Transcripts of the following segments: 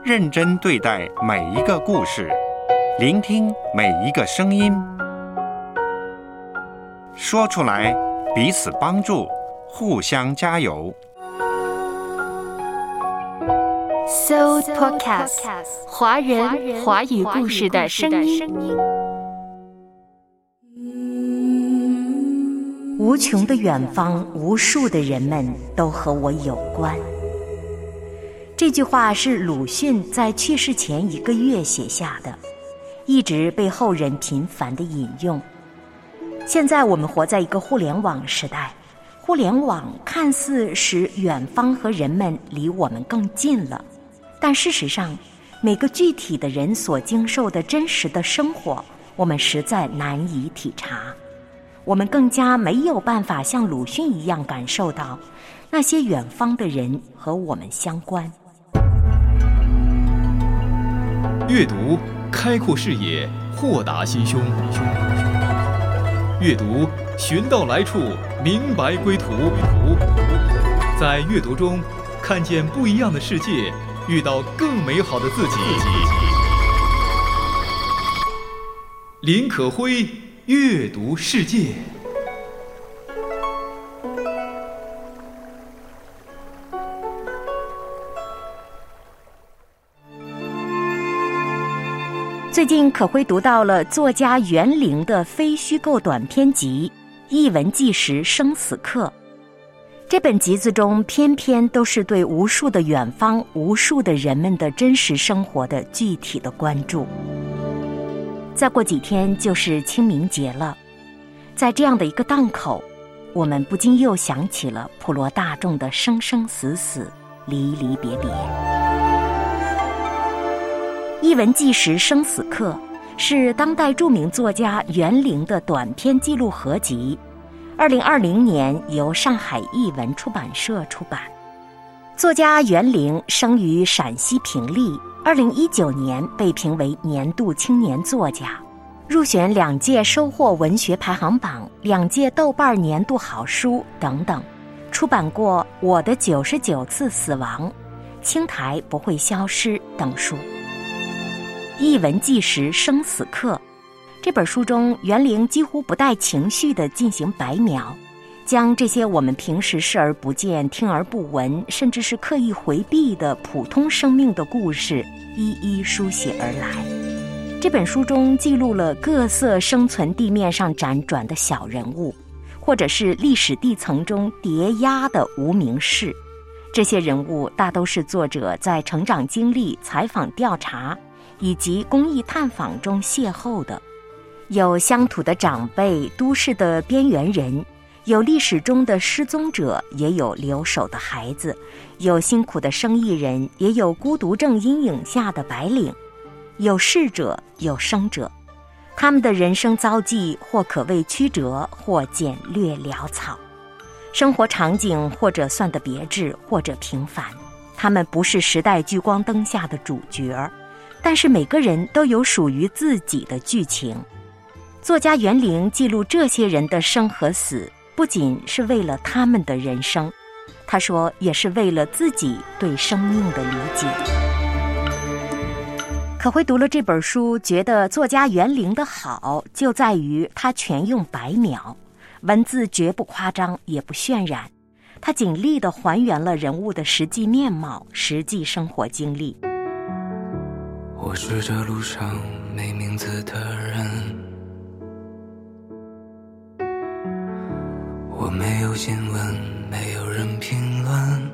认真对待每一个故事，聆听每一个声音，说出来，彼此帮助，互相加油。 So Podcast 华人华语故事的声音。 无穷的远方，无数的人们都和我有关。这句话是鲁迅在去世前1个月写下的，一直被后人频繁地引用。现在我们活在一个互联网时代，互联网看似使远方和人们离我们更近了，但事实上，每个具体的人所经受的真实的生活，我们实在难以体察。我们更加没有办法像鲁迅一样感受到那些远方的人和我们相关。 阅读开阔视野，豁达心胸。阅读寻到来处，明白归途。在阅读中看见不一样的世界，遇到更美好的自己。林可辉阅读世界。 最近可辉读到了作家袁凌的非虚构短篇集《艺文纪实生死课》。这本集子中篇篇都是对无数的远方、无数的人们的真实生活的具体的关注。再过几天就是清明节了，在这样的一个档口，我们不禁又想起了普罗大众的生生死死、离离别别。《艺文纪实生死课》是当代著名作家袁凌的短篇记录合集，2020年由上海译文出版社出版。作家袁凌生于陕西平利，2019年被评为年度青年作家，入选2届收获文学排行榜、2届豆瓣年度好书等等，出版过《我的99次死亡》、《青苔不会消失》等书。《艺文纪实生死课》这本书中，袁凌几乎不带情绪地进行白描，将这些我们平时视而不见、听而不闻，甚至是刻意回避的普通生命的故事一一书写而来。这本书中记录了各色生存地面上辗转的小人物，或者是历史地层中叠压的无名氏。这些人物大都是作者在成长经历、采访调查以及公益探访中邂逅的，有乡土的长辈，都市的边缘人，有历史中的失踪者，也有留守的孩子，有辛苦的生意人，也有孤独症阴影下的白领，有逝者，有生者。他们的人生遭际或可谓曲折，或简略潦草，生活场景或者算得别致，或者平凡。他们不是时代聚光灯下的主角，但是每个人都有属于自己的剧情。作家袁凌记录这些人的生和死，不仅是为了他们的人生，他说也是为了自己对生命的理解。可辉读了这本书，觉得作家袁凌的好就在于他全用白描，文字绝不夸张也不渲染，他尽力地还原了人物的实际面貌、实际生活经历。 我是这路上没名字的人，我没有新闻，没有人评论，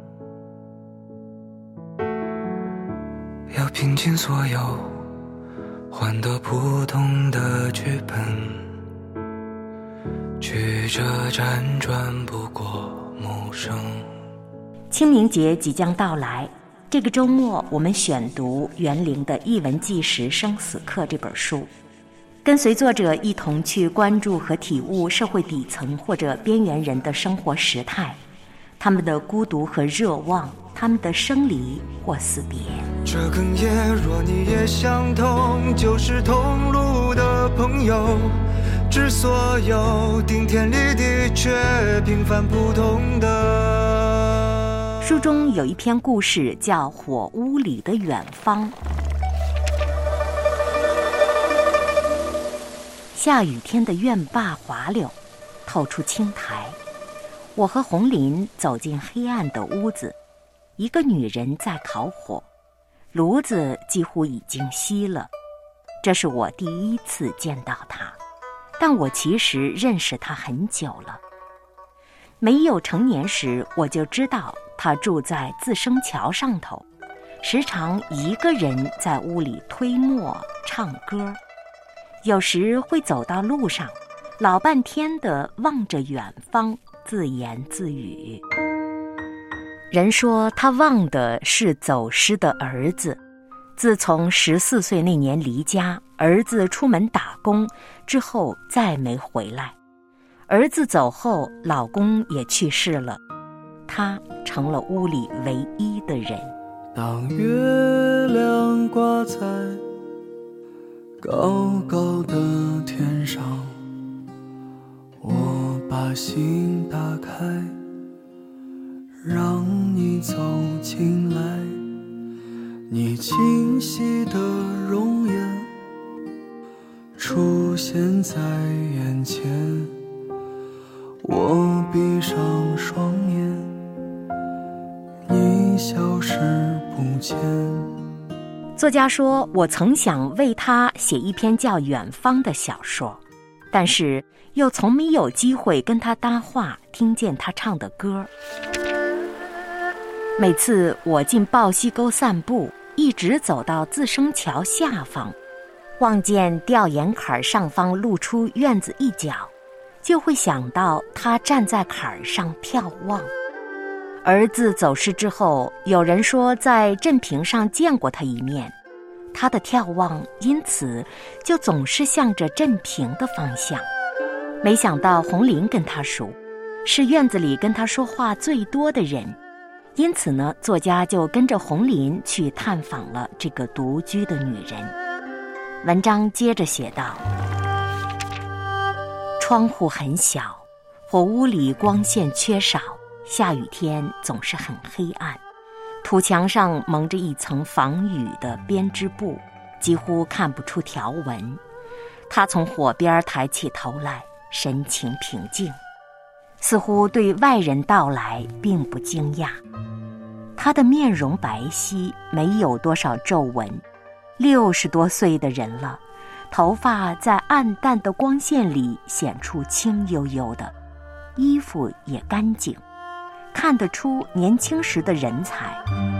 要拼尽所有换得不同的剧本，曲折辗转不过陌生。 清明节即将到来，这个周末我们选读袁凌的《艺文纪实生死课》这本书，跟随作者一同去关注和体悟社会底层或者边缘人的生活时态，他们的孤独和热望，他们的生离或死别。 这哽咽若你也相同，就是同路的朋友，致所有顶天立地却平凡普通的。 书中有一篇故事叫《火屋里的远方》。下雨天的院坝滑溜，透出青苔。我和红林走进黑暗的屋子，一个女人在烤火，炉子几乎已经熄了。这是我第一次见到她，但我其实认识她很久了。没有成年时，我就知道她住在自生桥上头，时常一个人在屋里推磨唱歌，有时会走到路上，老半天地望着远方，自言自语。人说他望的是走失的儿子，自从14岁那年离家，儿子出门打工之后再没回来。儿子走后，老公也去世了，他成了屋里唯一的人。 当月亮挂在高高的天上，我把心打开，让你走进来，你清晰的容颜出现在眼前，我闭上双眼，你消失不见。 作家说，我曾想为他写一篇叫《远方》的小说，但是又从没有机会跟他搭话，听见他唱的歌。每次我进抱溪沟散步，一直走到自生桥下方，望见吊眼坎上方露出院子一角，就会想到他站在坎上眺望。儿子走失之后，有人说在镇平上见过他一面，他的眺望因此就总是向着镇平的方向。没想到红林跟他熟，是院子里跟他说话最多的人，因此呢，作家就跟着红林去探访了这个独居的女人。文章接着写道：窗户很小，火屋里光线缺少，下雨天总是很黑暗，土墙上蒙着一层防雨的编织布，几乎看不出条纹。他从火边抬起头来，神情平静，似乎对外人到来并不惊讶。他的面容白皙，没有多少皱纹，60多岁的人了，头发在暗淡的光线里显出青幽幽的，衣服也干净，看得出年轻时的人才。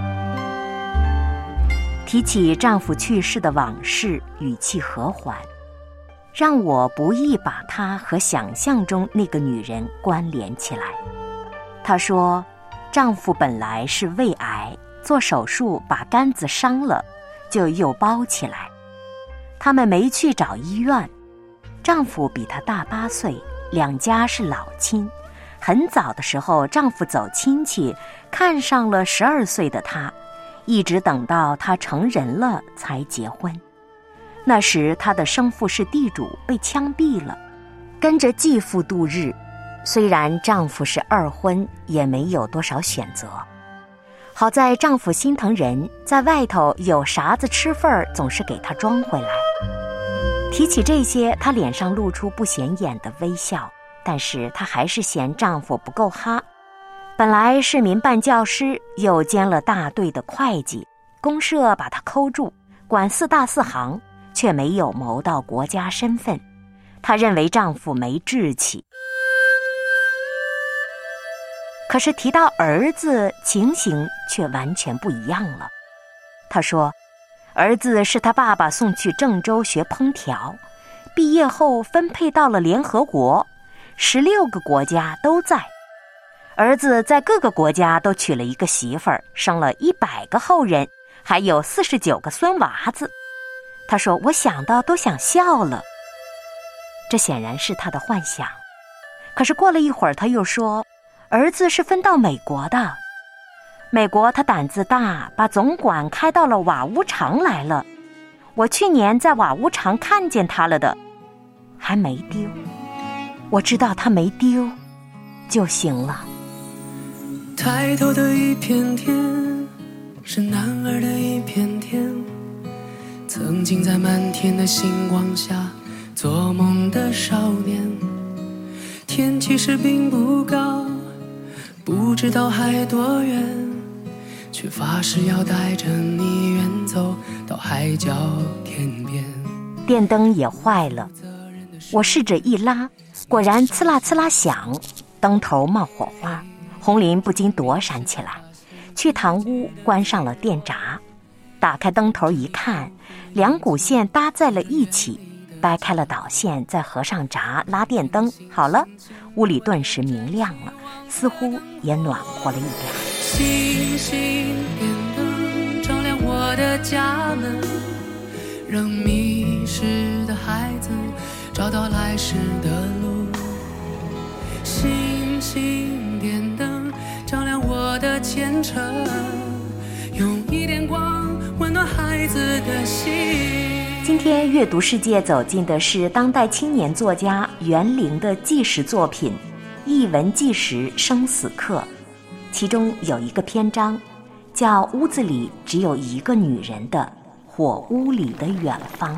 提起丈夫去世的往事，语气和缓，让我不易把她和想象中那个女人关联起来。她说，丈夫本来是胃癌，做手术把肝子伤了，就又包起来。他们没去找医院，丈夫比她大8岁，两家是老亲。很早的时候，丈夫走亲戚，看上了12岁的她，一直等到她成人了才结婚。那时她的生父是地主，被枪毙了，跟着继父度日。虽然丈夫是2婚，也没有多少选择。好在丈夫心疼人，在外头有啥子吃份总是给她装回来。提起这些，她脸上露出不显眼的微笑，但是她还是嫌丈夫不够哈。本来是民办教师，又兼了大队的会计，公社把她抠住，管4大4行，却没有谋到国家身份。她认为丈夫没志气。可是提到儿子，情形却完全不一样了。她说，儿子是他爸爸送去郑州学烹调，毕业后分配到了联合国，16个国家都在。儿子在各个国家都娶了一个媳妇儿，生了100个后人，还有49个孙娃子。他说，我想到都想笑了。这显然是他的幻想。可是过了一会儿，他又说，儿子是分到美国的。美国他胆子大，把总管开到了瓦屋厂来了。我去年在瓦屋厂看见他了的，还没丢。我知道他没丢就行了。 抬头的一片天，是男儿的一片天，曾经在满天的星光下做梦的少年。天其实并不高，不知道还多远，却发誓要带着你远走到海角天边。 电灯也坏了，我试着一拉，果然呲啦呲啦响，灯头冒火花。红林不禁躲闪起来，去堂屋关上了电闸，打开灯头一看，两股线搭在了一起，掰开了导线，再合上闸，拉电灯，好了，屋里顿时明亮了，似乎也暖和了一点。 星星点灯照亮我的家门，让迷失的孩子找到来时的路。星星点灯照亮我的前程，用一点光温暖孩子的心。 今天阅读世界走进的是当代青年作家袁凌的纪实作品《艺文纪实生死课》，其中有一个篇章叫《屋子里只有一个女人的火屋里的远方》。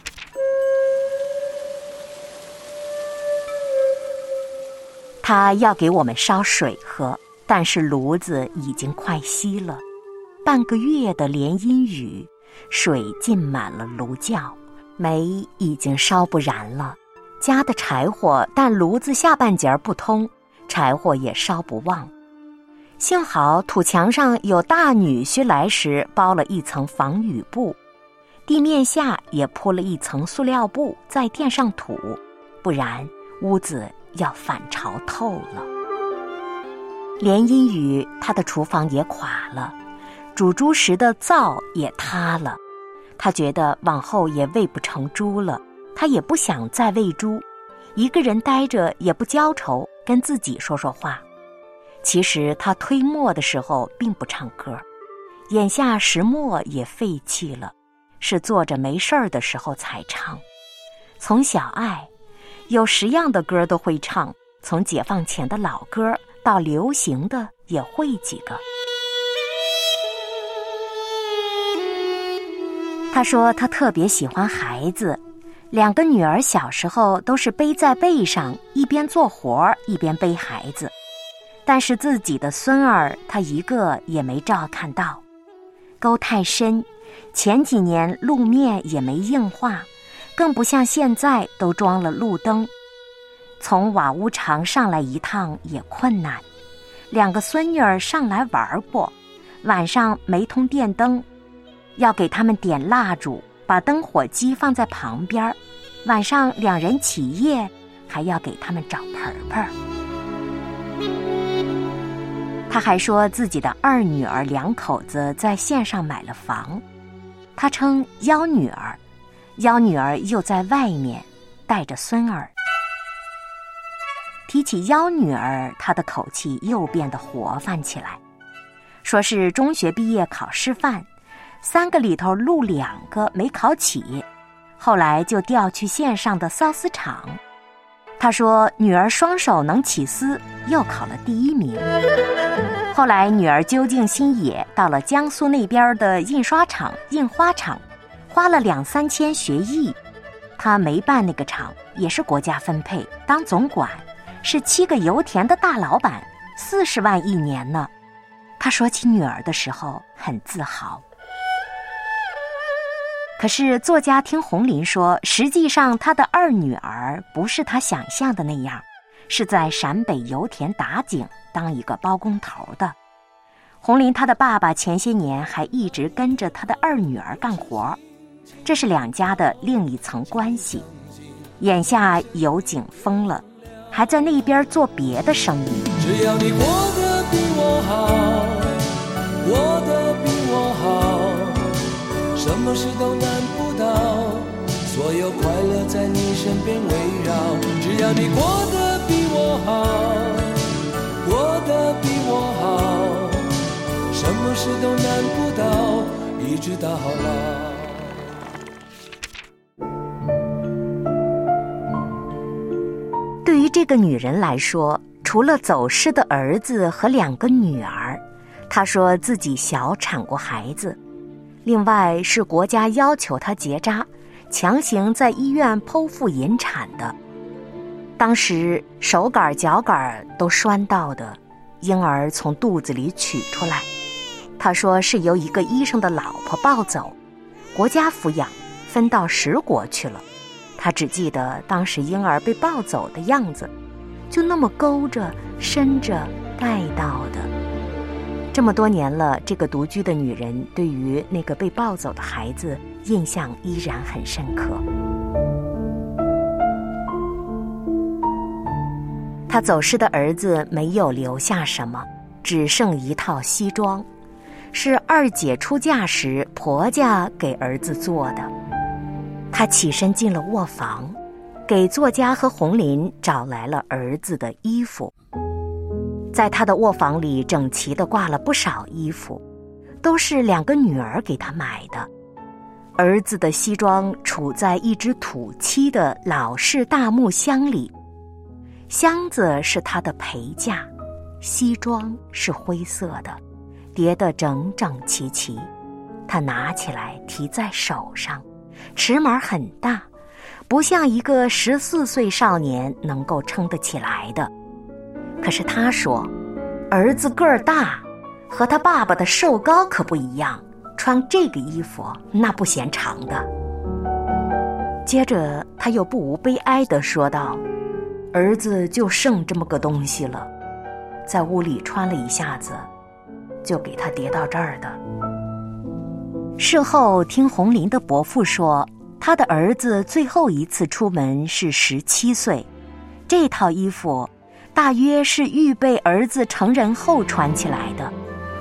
他要给我们烧水喝，但是炉子已经快熄了。半个月的连阴雨，水浸满了炉窖，煤已经烧不燃了。加的柴火，但炉子下半截不通，柴火也烧不旺。幸好土墙上有大女婿来时包了一层防雨布，地面下也铺了一层塑料布，再垫上土，不然屋子要反潮透了。连阴雨，他的厨房也垮了，煮猪食的灶也塌了。他觉得往后也喂不成猪了，他也不想再喂猪，一个人待着也不浇愁，跟自己说说话。其实他推磨的时候并不唱歌，眼下石磨也废弃了，是坐着没事儿的时候才唱。从小爱，有10样的歌都会唱，从解放前的老歌到流行的也会几个。他说他特别喜欢孩子，2个女儿小时候都是背在背上，一边做活一边背孩子，但是自己的孙儿他一个也没照看到。沟太深，前几年路面也没硬化，更不像现在都装了路灯，从瓦屋场上来一趟也困难。2个孙女儿上来玩过，晚上没通电灯，要给他们点蜡烛，把灯火机放在旁边，晚上2人起夜，还要给他们找盆盆。他还说自己的2女儿2口子在县上买了房，他称1女儿，1女儿又在外面带着孙儿。提起1女儿，他的口气又变得活泛起来，说是中学毕业考师范，3个里头录2个没考起，后来就调去县上的缫丝厂。他说女儿双手能起丝，又考了第1名。后来女儿究竟心野，到了江苏那边的印刷厂、印花厂，花了2-3千学艺。他没办那个厂，也是国家分配当总管，是7个油田的大老板，40万1年呢。他说起女儿的时候很自豪。可是作家听红林说，实际上他的2女儿不是他想象的那样，是在陕北油田打井当一个包工头的。红林他的爸爸前些年还一直跟着他的2女儿干活，这是2家的另一层关系。眼下油井封了，还在那边做别的生意。 只要你过得比我好，过得比我好，什么事都难不倒，所有快乐在你身边围绕。只要你过得比我好，过得比我好，什么事都难不倒，一直到老。 对于这个女人来说， 除了走失的儿子和2个女儿，他说自己小产过孩子，另外是国家要求他结扎，强行在医院剖腹引产的。当时手杆脚杆都拴到的，婴儿从肚子里取出来，他说是由一个医生的老婆抱走，国家抚养，分到10国去了。他只记得当时婴儿被抱走的样子，就那么勾着伸着带到的。这么多年了，这个独居的女人对于那个被抱走的孩子印象依然很深刻。他走失的儿子没有留下什么，只剩一套西装，是2姐出嫁时婆家给儿子做的。他起身进了卧房，给作家和红林找来了儿子的衣服。在他的卧房里整齐地挂了不少衣服，都是2个女儿给他买的。儿子的西装处在一只土漆的老式大木箱里，箱子是他的陪嫁，西装是灰色的，叠得整整齐齐。他拿起来提在手上，尺码很大，不像一个14岁少年能够撑得起来的。可是他说，儿子个儿大，和他爸爸的瘦高可不一样，穿这个衣服那不嫌长的。接着他又不无悲哀地说道，儿子就剩这么个东西了，在屋里穿了一下子，就给他叠到这儿的。事后听红林的伯父说，他的儿子最后一次出门是17岁，这套衣服大约是预备儿子成人后穿起来的。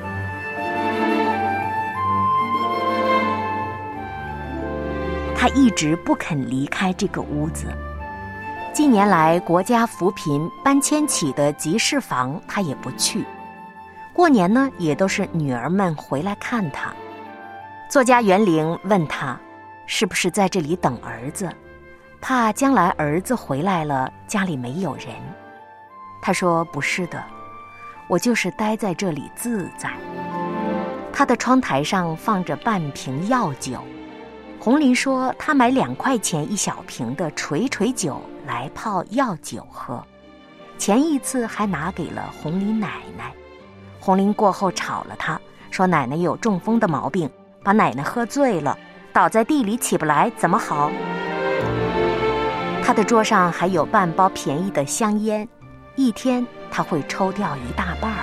他一直不肯离开这个屋子。近年来国家扶贫搬迁起的集市房他也不去，过年呢也都是女儿们回来看他。作家袁玲问他是不是在这里等儿子，怕将来儿子回来了家里没有人。他说不是的，我就是待在这里自在。他的窗台上放着半瓶药酒，红林说他买2块钱1小瓶的锤锤酒来泡药酒喝，前一次还拿给了红林奶奶。红林过后吵了他，说奶奶有中风的毛病，把奶奶喝醉了，倒在地里起不来，怎么好？他的桌上还有半包便宜的香烟，一天他会抽掉1大半。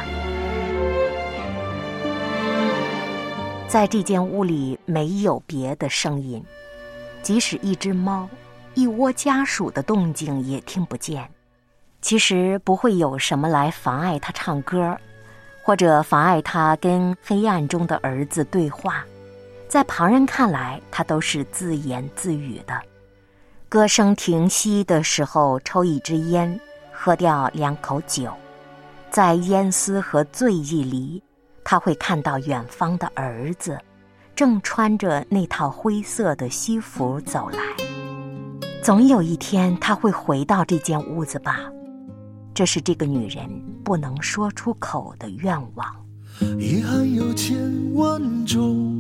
在这间屋里没有别的声音，即使一只猫、一窝家属的动静也听不见。其实不会有什么来妨碍他唱歌，或者妨碍他跟黑暗中的儿子对话。在旁人看来，他都是自言自语的。歌声停息的时候，抽一支烟，喝掉2口酒，在烟丝和醉意里，他会看到远方的儿子正穿着那套灰色的西服走来。总有一天他会回到这间屋子吧，这是这个女人不能说出口的愿望。 遗憾有千万种，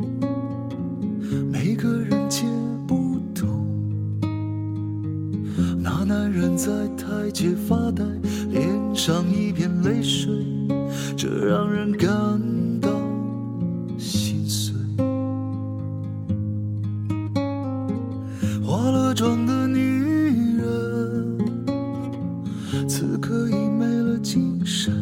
每个人皆不同。那男人在台阶发呆，脸上一片泪水，这让人感到心碎。化了妆的女人，此刻已没了精神，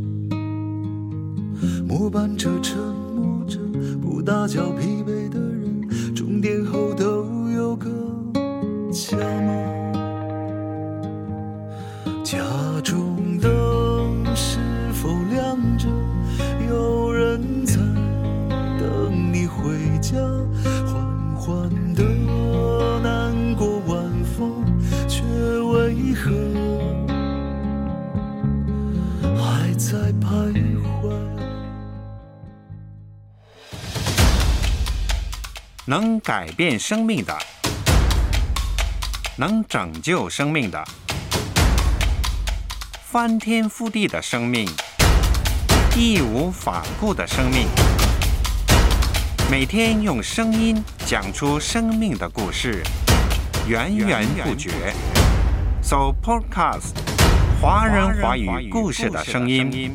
末班车沉默着，不大叫疲惫的人，终点后都有个家吗？家中灯是否亮着？有人在等你回家，缓缓的南过晚风，却为何还在徘徊？ 能改变生命的，能拯救生命的， 翻天覆地的生命，义无反顾的生命。每天用声音讲出生命的故事，源源不绝。So Podcast， 华人华语故事的声音。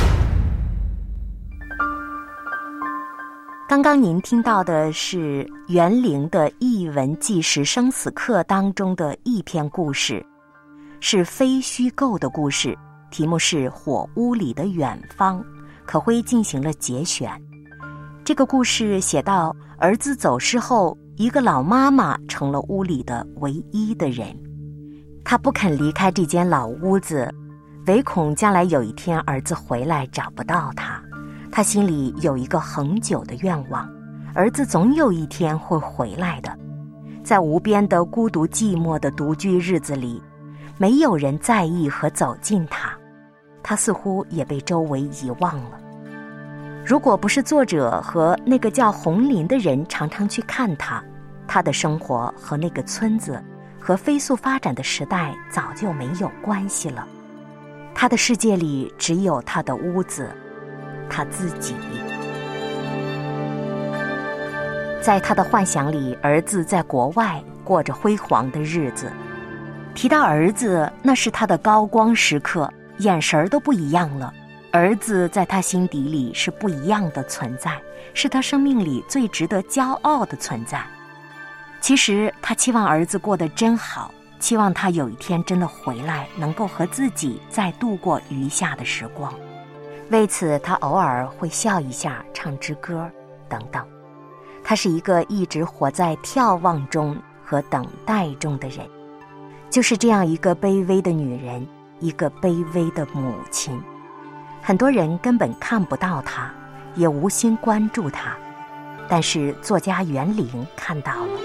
刚刚您听到的是袁凌的译文纪实生死课当中的一篇故事，是非虚构的故事，题目是《火屋里的远方》，可辉进行了节选。这个故事写到，儿子走失后，一个老妈妈成了屋里的唯一的人。她不肯离开这间老屋子，唯恐将来有一天儿子回来找不到她。她心里有一个恒久的愿望，儿子总有一天会回来的。在无边的孤独寂寞的独居日子里，没有人在意和走近他，他似乎也被周围遗忘了。如果不是作者和那个叫红林的人常常去看他，他的生活和那个村子和飞速发展的时代早就没有关系了。他的世界里只有他的屋子，他自己。在他的幻想里，儿子在国外过着辉煌的日子。提到儿子，那是他的高光时刻，眼神都不一样了。儿子在他心底里是不一样的存在，是他生命里最值得骄傲的存在。其实他期望儿子过得真好，期望他有一天真的回来，能够和自己再度过余下的时光。为此他偶尔会笑一下，唱支歌等等。他是一个一直活在眺望中和等待中的人，就是这样一个卑微的女人，一个卑微的母亲。很多人根本看不到她，也无心关注她，但是作家袁凌看到了。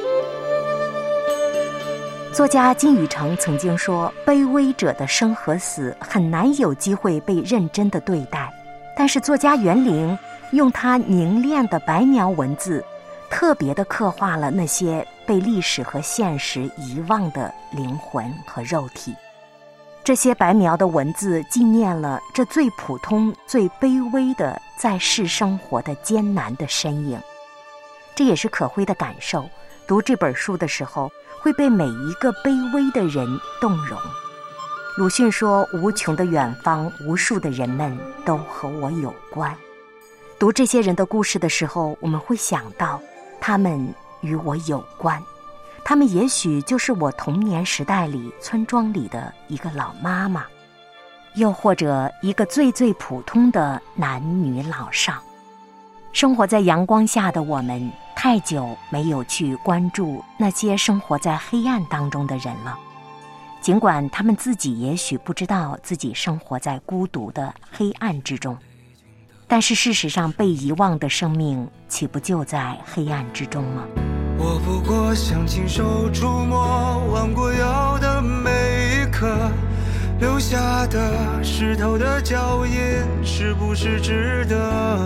作家金宇澄曾经说，卑微者的生和死很难有机会被认真的对待，但是作家袁凌用他凝练的白描文字，特别地刻画了那些被历史和现实遗忘的灵魂和肉体。这些白描的文字纪念了这最普通最卑微的在世生活的艰难的身影。这也是可辉的感受，读这本书的时候会被每一个卑微的人动容。鲁迅说，无穷的远方，无数的人们都和我有关。读这些人的故事的时候，我们会想到他们与我有关，他们也许就是我童年时代里村庄里的一个老妈妈，又或者一个最最普通的男女老少。生活在阳光下的我们，太久没有去关注那些生活在黑暗当中的人了，尽管他们自己也许不知道自己生活在孤独的黑暗之中，但是事实上被遗忘的生命岂不就在黑暗之中吗？ 我不过想亲手触摸弯过腰的每一刻，留下的石头的脚印是不是值得？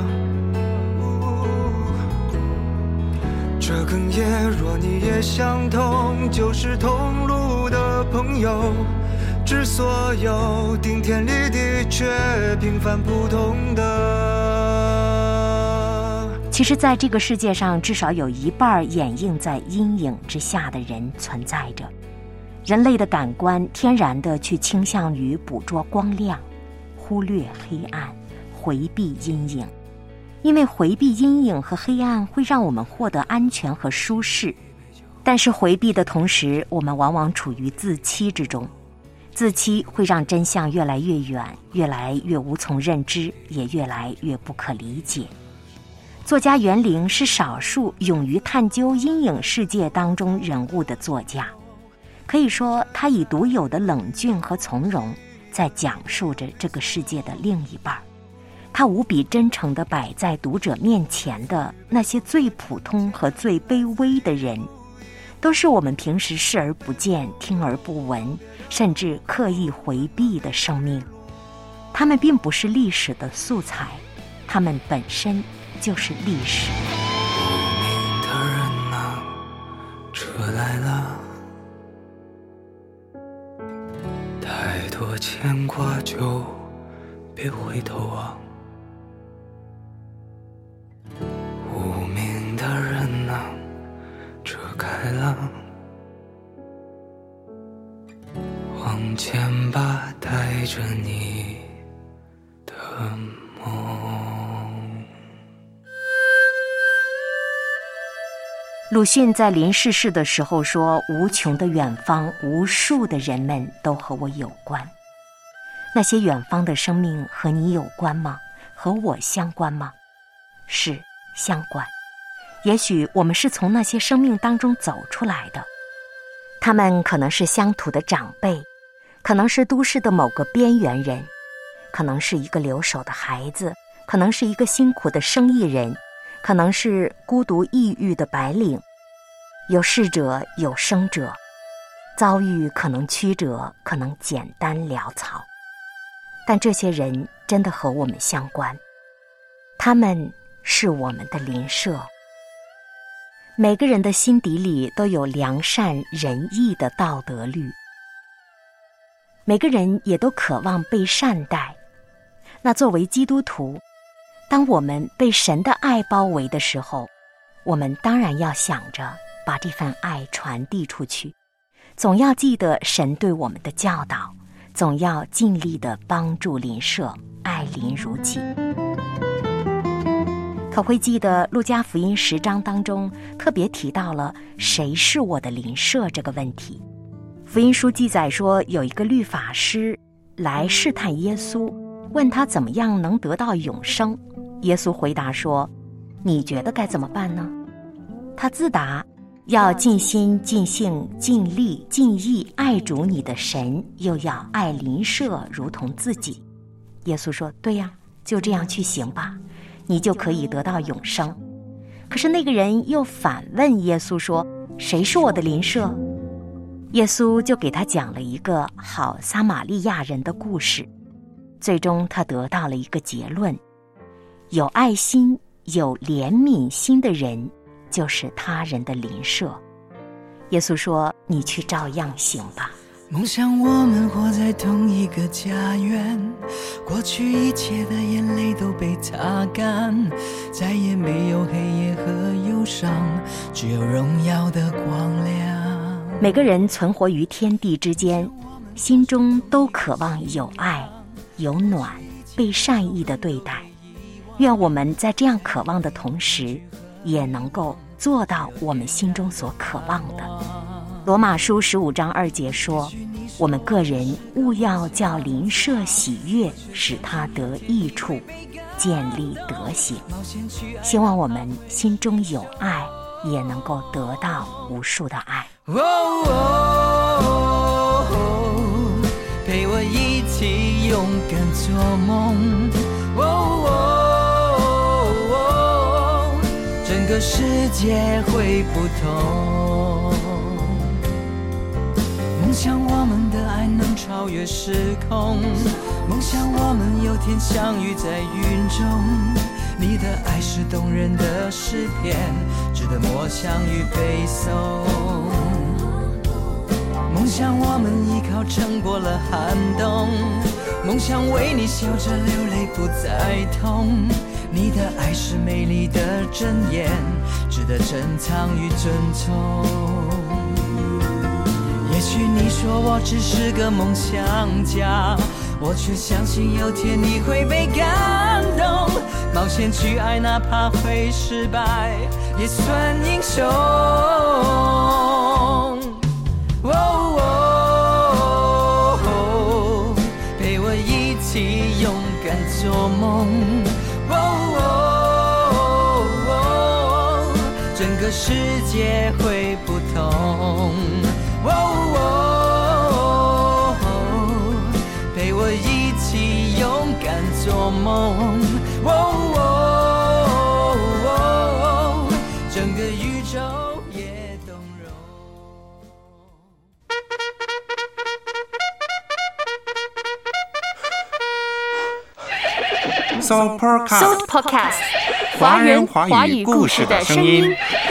这哽咽若你也相同，就是同路的朋友，致所有顶天立地却平凡普通的。 其实在这个世界上，至少有一半掩映在阴影之下的人存在着。人类的感官天然地去倾向于捕捉光亮，忽略黑暗，回避阴影。因为回避阴影和黑暗会让我们获得安全和舒适，但是回避的同时，我们往往处于自欺之中。自欺会让真相越来越远，越来越无从认知，也越来越不可理解。作家袁凌是少数勇于探究阴影世界当中人物的作家，可以说他以独有的冷峻和从容，在讲述着这个世界的另一半。他无比真诚地摆在读者面前的那些最普通和最卑微的人，都是我们平时视而不见、听而不闻，甚至刻意回避的生命。他们并不是历史的素材，他们本身就是历史。 无名的人啊，车来了，太多情牵挂就别回头望。无名的人啊，车开了，往前吧，带着你的梦。 鲁迅在临逝世的时候说，无穷的远方，无数的人们都和我有关。那些远方的生命和你有关吗？和我相关吗？是相关。也许我们是从那些生命当中走出来的，他们可能是乡土的长辈，可能是都市的某个边缘人，可能是一个留守的孩子，可能是一个辛苦的生意人，可能是孤独抑郁的白领。有逝者，有生者，遭遇可能曲折，可能简单潦草，但这些人真的和我们相关，他们是我们的邻舍。每个人的心底里都有良善仁义的道德律，每个人也都渴望被善待。那作为基督徒，当我们被神的爱包围的时候，我们当然要想着把这份爱传递出去，总要记得神对我们的教导，总要尽力地帮助邻舍，爱邻如己。可会记得路加福音10章当中特别提到了谁是我的邻舍这个问题。福音书记载说，有一个律法师来试探耶稣，问他怎么样能得到永生。耶稣回答说，你觉得该怎么办呢？他自答，要尽心尽性尽力尽意爱主你的神，又要爱邻舍如同自己。耶稣说，对呀，就这样去行吧，你就可以得到永生。可是那个人又反问耶稣说，谁是我的邻舍？耶稣就给他讲了一个好撒玛利亚人的故事。最终他得到了一个结论，有爱心有怜悯心的人就是他人的邻舍。耶稣说，你去照样行吧。 梦想我们活在同一个家园，过去一切的眼泪都被擦干，再也没有黑夜和忧伤，只有荣耀的光亮。 每个人存活于天地之间，心中都渴望有爱有暖，被善意的对待。愿我们在这样渴望的同时，也能够做到我们心中所渴望的。罗马书15章2节说，我们个人务要叫邻舍喜悦，使他得益处，建立德行。希望我们心中有爱，也能够得到无数的爱。 陪我一起勇敢做梦，整个世界会不同。梦想我们的爱能超越时空，梦想我们有天相遇在云中。你的爱是动人的诗篇，值得默想与背诵。梦想我们依靠撑过了寒冬，梦想为你笑着流泪不再痛。你的爱是美丽的箴言，值得珍藏与尊重。也许你说我只是个梦想家，我却相信有天你会被感动，冒险去爱，哪怕会失败，也算英雄。陪我一起勇敢做梦，整个世界会不同。陪我一起勇敢做梦，整个宇宙也动容。 Soul Podcast， 华人华人华华语语故事的声音。